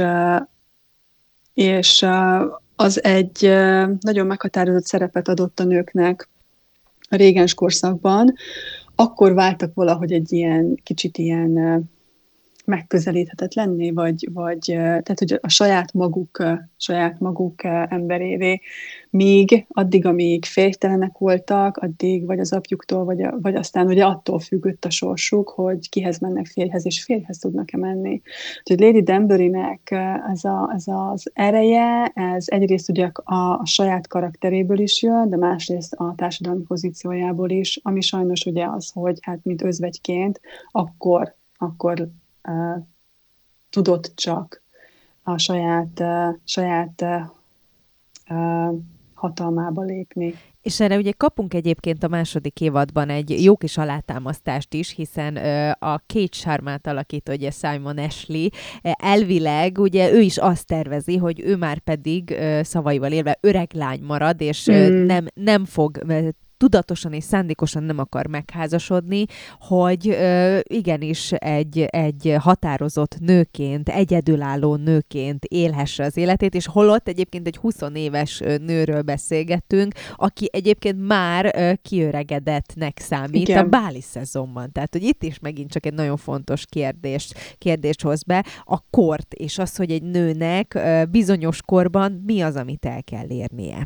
és az egy nagyon meghatározott szerepet adott a nőknek a régens korszakban. Akkor váltak valahogy egy ilyen kicsit ilyen megközelíthetetlenné, vagy, vagy tehát, hogy a saját maguk, saját maguk emberévé, míg addig, amíg férjtelenek voltak, addig vagy az apjuktól, vagy, a, vagy aztán ugye attól függött a sorsuk, hogy kihez mennek férjhez, és férjhez tudnak-e menni. Úgyhogy Lady Danburynek ez, a, ez az ereje, ez egyrészt ugye a, a saját karakteréből is jön, de másrészt a társadalmi pozíciójából is, ami sajnos ugye az, hogy hát mint özvegyként, akkor, akkor Uh, tudott csak a saját, uh, saját uh, uh, hatalmába lépni. És erre ugye kapunk egyébként a második évadban egy jó kis alátámasztást is, hiszen ö, a Kate Sharmát alakít, ugye Simon Ashley, elvileg ugye ő is azt tervezi, hogy ő már pedig ö, szavaival élve öreg lány marad, és ö, Mm. nem, nem fog ö, tudatosan és szándékosan nem akar megházasodni, hogy ö, igenis egy, egy határozott nőként, egyedülálló nőként élhesse az életét, és holott egyébként egy húsz éves ö, nőről beszélgettünk, aki egyébként már ö, kiöregedettnek számít Igen. a báli szezonban. Tehát, hogy itt is megint csak egy nagyon fontos kérdést, kérdést hoz be, a kort, és az, hogy egy nőnek ö, bizonyos korban mi az, amit el kell érnie.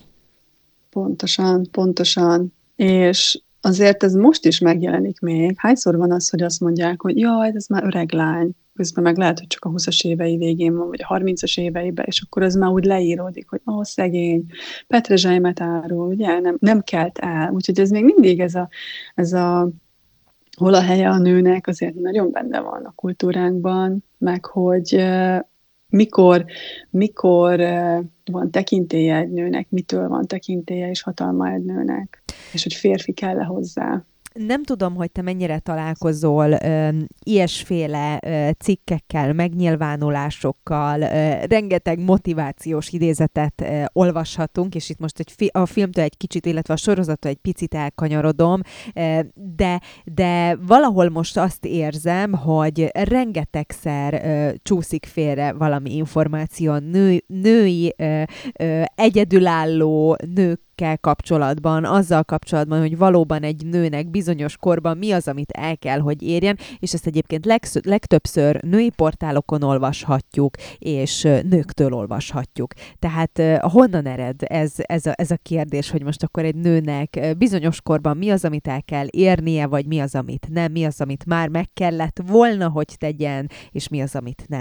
Pontosan, pontosan. És azért ez most is megjelenik még. Hányszor van az, hogy azt mondják, hogy jaj, ez már öreg lány. Közben meg lehet, hogy csak a húszas évei végén van, vagy a harmincas éveiben, és akkor ez már úgy leíródik, hogy ó, szegény, petrezselymet árul, ugye, nem, nem kelt el. Úgyhogy ez még mindig ez a, ez a hol a helye a nőnek, azért nagyon benne van a kultúránkban, meg hogy uh, mikor, mikor uh, van tekintélye egy nőnek, mitől van tekintélye és hatalma egy nőnek, és hogy férfi kell-e hozzá. Nem tudom, hogy te mennyire találkozol ö, ilyesféle ö, cikkekkel, megnyilvánulásokkal, ö, rengeteg motivációs idézetet ö, olvashatunk, és itt most egy fi- a filmtől egy kicsit, illetve a sorozattól egy picit elkanyarodom, ö, de, de valahol most azt érzem, hogy rengetegszer ö, csúszik félre valami információ a nő, női, ö, ö, egyedülálló nők kell kapcsolatban, azzal kapcsolatban, hogy valóban egy nőnek bizonyos korban mi az, amit el kell, hogy érjen, és ezt egyébként legsz- legtöbbször női portálokon olvashatjuk, és nőktől olvashatjuk. Tehát uh, honnan ered ez, ez, a, ez a kérdés, hogy most akkor egy nőnek bizonyos korban mi az, amit el kell érnie, vagy mi az, amit nem, mi az, amit már meg kellett volna, hogy tegyen, és mi az, amit nem.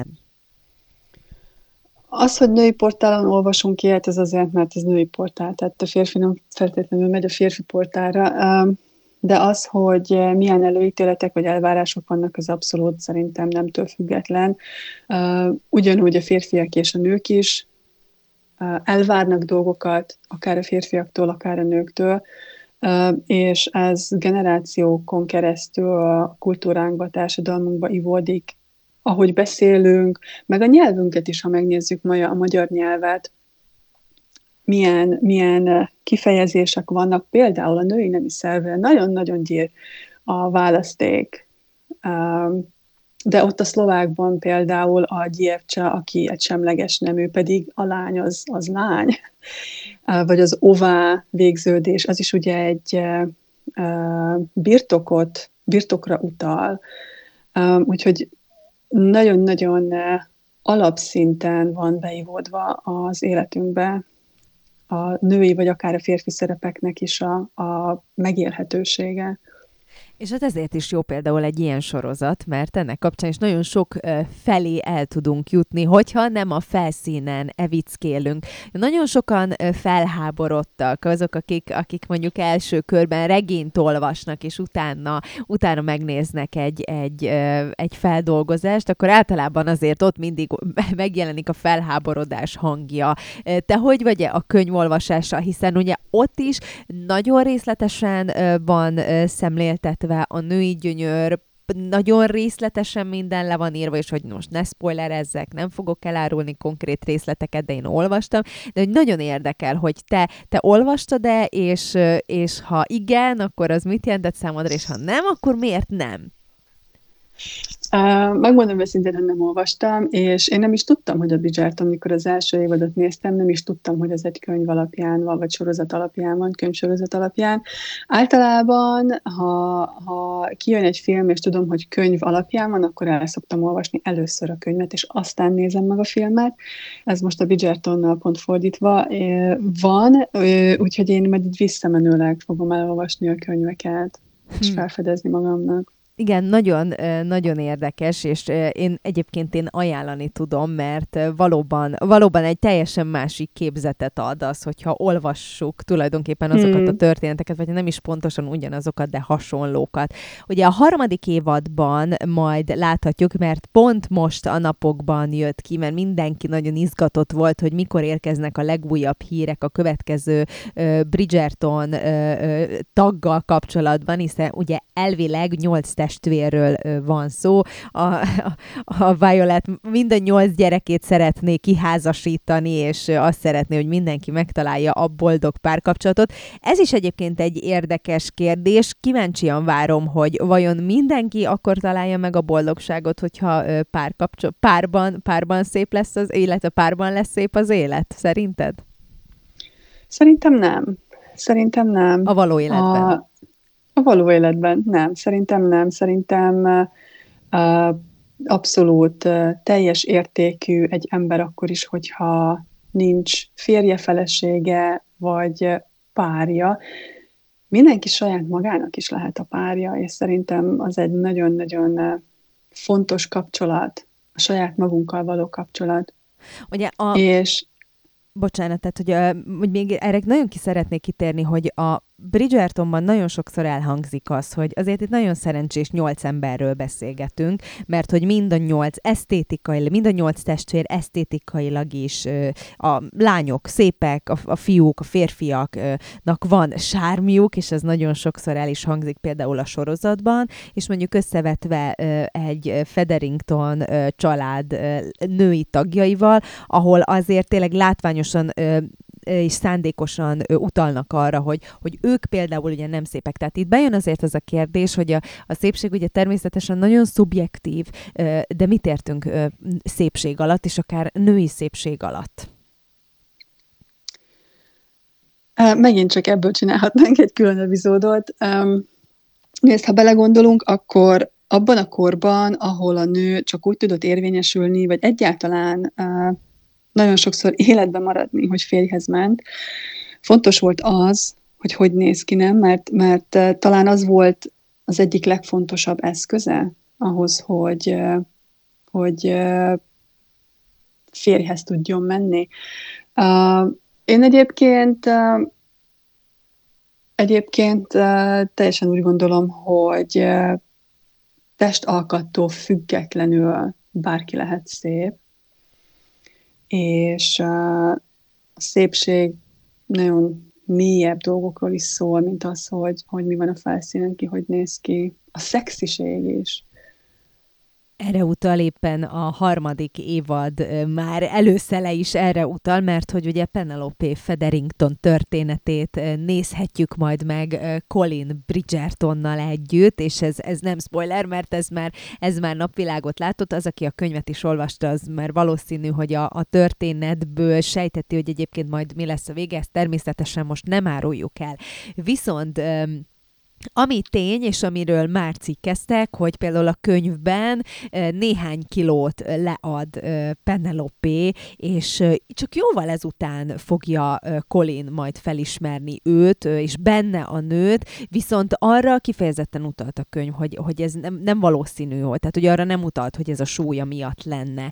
Az, hogy női portálon olvasunk ilyet, ez azért, mert ez női portál, tehát a férfi nem feltétlenül megy a férfi portálra, de az, hogy milyen előítéletek vagy elvárások vannak, az abszolút szerintem nemtől független. Ugyanúgy a férfiak és a nők is elvárnak dolgokat, akár a férfiaktól, akár a nőktől, és ez generációkon keresztül a kultúránkba, a társadalmunkba ivódik, ahogy beszélünk, meg a nyelvünket is, ha megnézzük a magyar nyelvet, milyen, milyen kifejezések vannak, például a női nemi szervre nagyon-nagyon gyír a választék. De ott a szlovákban például a gyercse, aki egy semleges nemű, pedig a lány az, az lány. Vagy az ová végződés, az is ugye egy birtokot, birtokra utal. Úgyhogy nagyon-nagyon alapszinten van beivódva az életünkbe a női vagy akár a férfi szerepeknek is a, a megélhetősége. És hát ezért is jó például egy ilyen sorozat, mert ennek kapcsán is nagyon sok uh, felé el tudunk jutni, hogyha nem a felszínen evickélünk. Nagyon sokan uh, felháborodtak azok, akik, akik mondjuk első körben regényt olvasnak, és utána, utána megnéznek egy, egy, uh, egy feldolgozást, akkor általában azért ott mindig megjelenik a felháborodás hangja. Te hogy vagy a könyvolvasással, hiszen ugye ott is nagyon részletesen uh, van uh, szemléltetve a női gyönyör, nagyon részletesen minden le van írva, és hogy most ne spoilerezzek, nem fogok elárulni konkrét részleteket, de én olvastam, de hogy nagyon érdekel, hogy te, te olvastad-e, és, és ha igen, akkor az mit jelentett számodra, és ha nem, akkor miért nem? Uh, megmondom őszintén, hogy nem olvastam, és én nem is tudtam, hogy a Bridgerton, amikor az első évadot néztem, nem is tudtam, hogy ez egy könyv alapján van, vagy sorozat alapján van, könyvsorozat alapján. Általában, ha, ha kijön egy film, és tudom, hogy könyv alapján van, akkor el szoktam olvasni először a könyvet, és aztán nézem meg a filmet. Ez most a Bridgertonnal pont fordítva van, úgyhogy én majd így visszamenőleg fogom elolvasni a könyveket, és felfedezni magamnak. Igen, nagyon, nagyon érdekes, és én egyébként én ajánlani tudom, mert valóban, valóban egy teljesen másik képzetet ad az, hogyha olvassuk tulajdonképpen azokat a Hmm. történeteket, vagy nem is pontosan ugyanazokat, de hasonlókat. Ugye a harmadik évadban majd láthatjuk, mert pont most a napokban jött ki, mert mindenki nagyon izgatott volt, hogy mikor érkeznek a legújabb hírek a következő uh, Bridgerton uh, uh, taggal kapcsolatban, hiszen ugye elvileg nyolc testvérről ö, van szó. A, a, a Violet mind a nyolc gyerekét szeretné kiházasítani, és ö, azt szeretné, hogy mindenki megtalálja a boldog párkapcsolatot. Ez is egyébként egy érdekes kérdés. Kíváncsian várom, hogy vajon mindenki akkor találja meg a boldogságot, hogyha ö, párkapcsol- párban, párban szép lesz az élet, a párban lesz szép az élet, szerinted? Szerintem nem. Szerintem nem. A való életben. A, a való életben nem. Szerintem nem. Szerintem uh, abszolút uh, teljes értékű egy ember akkor is, hogyha nincs férje, felesége, vagy uh, párja. Mindenki saját magának is lehet a párja, és szerintem az egy nagyon-nagyon uh, fontos kapcsolat, a saját magunkkal való kapcsolat. Ugye a... És Bocsánat, tehát hogy, uh, hogy még erre nagyon ki szeretnék kitérni, hogy a Bridgertonban nagyon sokszor elhangzik az, hogy azért itt nagyon szerencsés nyolc emberről beszélgetünk, mert hogy mind a nyolc esztétikailag, mind a nyolc testvér esztétikailag is uh, a lányok szépek, a, a fiúk, a férfiaknak van sármjuk, és ez nagyon sokszor el is hangzik például a sorozatban, és mondjuk összevetve uh, egy Featherington uh, család uh, női tagjaival, ahol azért tényleg látványosan uh, és szándékosan ö, utalnak arra, hogy, hogy ők például ugye nem szépek. Tehát itt bejön azért az a kérdés, hogy a, a szépség ugye természetesen nagyon szubjektív, ö, de mit értünk ö, szépség alatt, és akár női szépség alatt? Megint csak ebből csinálhatnánk egy külön epizódot. Nézd, ha belegondolunk, akkor abban a korban, ahol a nő csak úgy tudott érvényesülni, vagy egyáltalán nagyon sokszor életben maradni, hogy férjhez ment, fontos volt az, hogy hogy néz ki, nem? Mert, mert talán az volt az egyik legfontosabb eszköze ahhoz, hogy, hogy férjhez tudjon menni. Én egyébként egyébként teljesen úgy gondolom, hogy testalkattól függetlenül bárki lehet szép, és a szépség nagyon mélyebb dolgokról is szól, mint az, hogy, hogy mi van a felszínen, ki hogy néz ki. A szexiség is. Erre utal éppen a harmadik évad már előszele is erre utal, mert hogy ugye Penelope Featherington történetét nézhetjük majd meg Colin Bridgertonnal együtt, és ez, ez nem spoiler, mert ez már, ez már napvilágot látott. Az, aki a könyvet is olvasta, az már valószínű, hogy a, a történetből sejteti, hogy egyébként majd mi lesz a vége, ezt természetesen most nem áruljuk el. Viszont ami tény, és amiről már cikkeztek, hogy például a könyvben néhány kilót lead Penelope, és csak jóval ezután fogja Colin majd felismerni őt, és benne a nőt, viszont arra kifejezetten utalt a könyv, hogy, hogy ez nem, nem valószínű volt, tehát hogy arra nem utalt, hogy ez a súlya miatt lenne.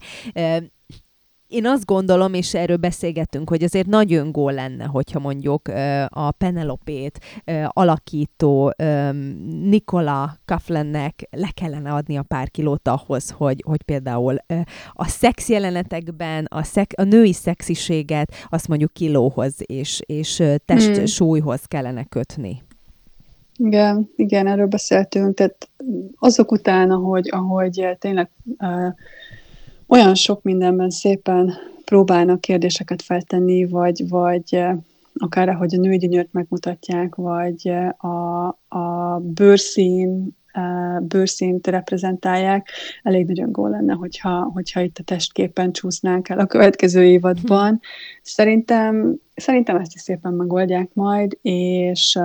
Én azt gondolom, és erről beszélgettünk, hogy azért nagy öngól lenne, hogyha mondjuk a Penelopét alakító Nicola Coughlannek le kellene adni a pár kilót ahhoz, hogy, hogy például a szex jelenetekben a, szek, a női szexiséget azt mondjuk kilóhoz és, és testsúlyhoz kellene kötni. Igen, igen, erről beszéltünk, tehát azok után, ahogy, ahogy tényleg uh, olyan sok mindenben szépen próbálnak kérdéseket feltenni, vagy, vagy akár ahogy a női gyönyört megmutatják, vagy a, a bőrszín, bőrszínt reprezentálják, elég nagyon gól lenne, hogyha, hogyha itt a testképen csúsznánk el a következő évadban. Hm. Szerintem, szerintem ezt is szépen megoldják majd, és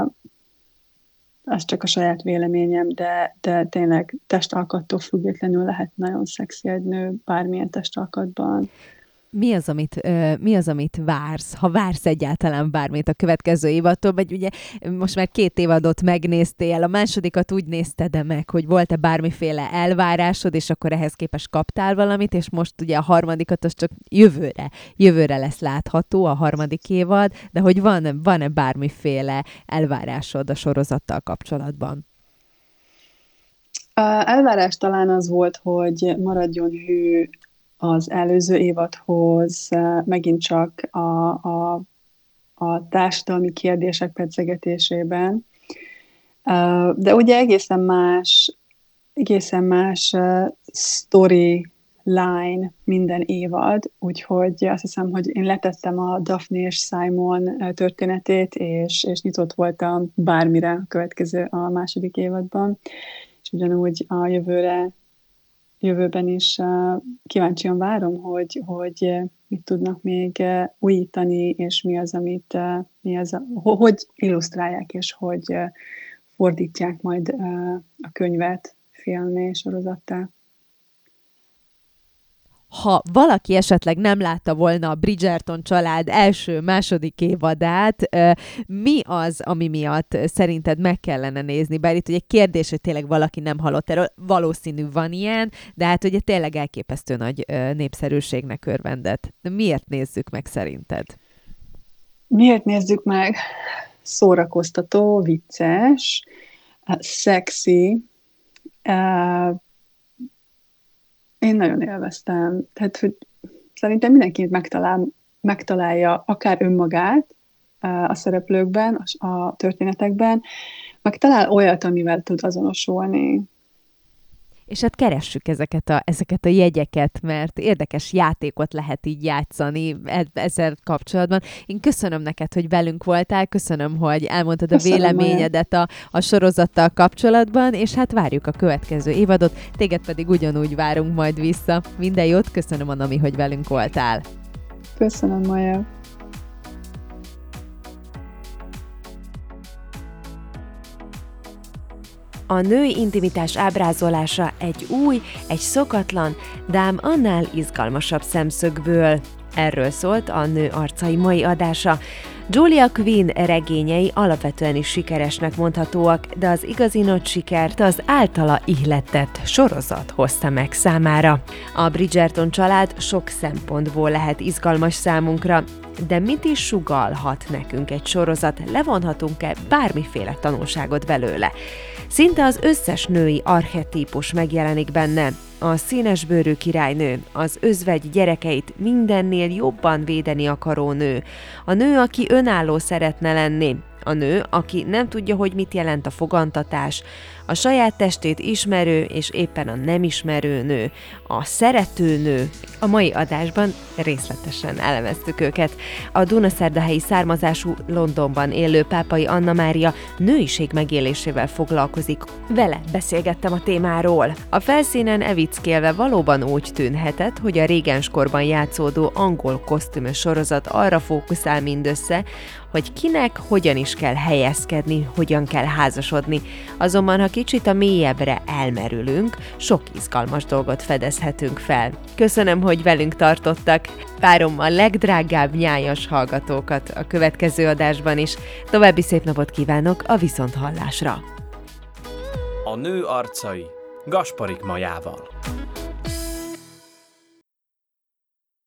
ez csak a saját véleményem, de, de tényleg testalkattól függetlenül lehet nagyon szexi egy nő bármilyen testalkatban. Mi az, amit, ö, mi az, amit vársz, ha vársz egyáltalán bármit a következő évadtól, vagy ugye most már két évadot megnéztél, a másodikat úgy nézted meg, hogy volt-e bármiféle elvárásod, és akkor ehhez képest kaptál valamit, és most ugye a harmadikat az csak jövőre, jövőre lesz látható a harmadik évad, de hogy van, van-e bármiféle elvárásod a sorozattal kapcsolatban? A elvárás talán az volt, hogy maradjon hű az előző évadhoz, megint csak a, a, a társadalmi kérdések pedzegetésében. De ugye egészen más, egészen más story line minden évad, úgyhogy azt hiszem, hogy én letettem a Daphne és Simon történetét, és, és nyitott voltam bármire a következő, a második évadban, és ugyanúgy a jövőre jövőben is uh, kíváncsian várom, hogy, hogy uh, mit tudnak még uh, újítani, és mi az, amit, uh, mi az, a, hogy illusztrálják, és hogy uh, fordítják majd uh, a könyvet filmé, sorozattá. Ha valaki esetleg nem látta volna a Bridgerton család első-második évadát, mi az, ami miatt szerinted meg kellene nézni? Bár itt ugye kérdés, hogy tényleg valaki nem hallott erről, valószínű van ilyen, de hát ugye tényleg elképesztő nagy népszerűségnek örvendett. De miért nézzük meg szerinted? Miért nézzük meg? Szórakoztató, vicces, szexi, én nagyon élveztem. Tehát, hogy szerintem mindenki megtalál, megtalálja akár önmagát a szereplőkben, a történetekben, meg talál olyat, amivel tud azonosulni. És hát keressük ezeket a, ezeket a jegyeket, mert érdekes játékot lehet így játszani ezzel kapcsolatban. Én köszönöm neked, hogy velünk voltál, köszönöm, hogy elmondtad a köszönöm, véleményedet a, a sorozattal kapcsolatban, és hát várjuk a következő évadot, téged pedig ugyanúgy várunk majd vissza. Minden jót, köszönöm, Anami, hogy velünk voltál. Köszönöm, Maja. A női intimitás ábrázolása egy új, egy szokatlan, de ám annál izgalmasabb szemszögből. Erről szólt a Nő arcai mai adása. Julia Quinn regényei alapvetően is sikeresnek mondhatóak, de az igazi nagy sikert az általa ihlettett sorozat hozta meg számára. A Bridgerton család sok szempontból lehet izgalmas számunkra, de mit is sugallhat nekünk egy sorozat, levonhatunk-e bármiféle tanulságot belőle? Szinte az összes női archetípus megjelenik benne. A színesbőrű királynő, az özvegy gyerekeit mindennél jobban védeni akaró nő, a nő, aki önálló szeretne lenni, a nő, aki nem tudja, hogy mit jelent a fogantatás, a saját testét ismerő és éppen a nem ismerő nő, a szerető nő. A mai adásban részletesen elemeztük őket. A dunaszerdahelyi származású Londonban élő Pápai Anna Mária nőiség megélésével foglalkozik. Vele beszélgettem a témáról. A felszínen evickélve valóban úgy tűnhetett, hogy a régenskorban játszódó angol kosztümös sorozat arra fókuszál mindössze, hogy kinek hogyan is kell helyezkedni, hogyan kell házasodni. Azonban, ha kicsit a mélyebbre elmerülünk, sok izgalmas dolgot fedezhetünk fel. Köszönöm, hogy velünk tartottak. Várom a legdrágább nyájas hallgatókat a következő adásban is. További szép napot kívánok a viszonthallásra! A Nő arcai Gasparik Majával.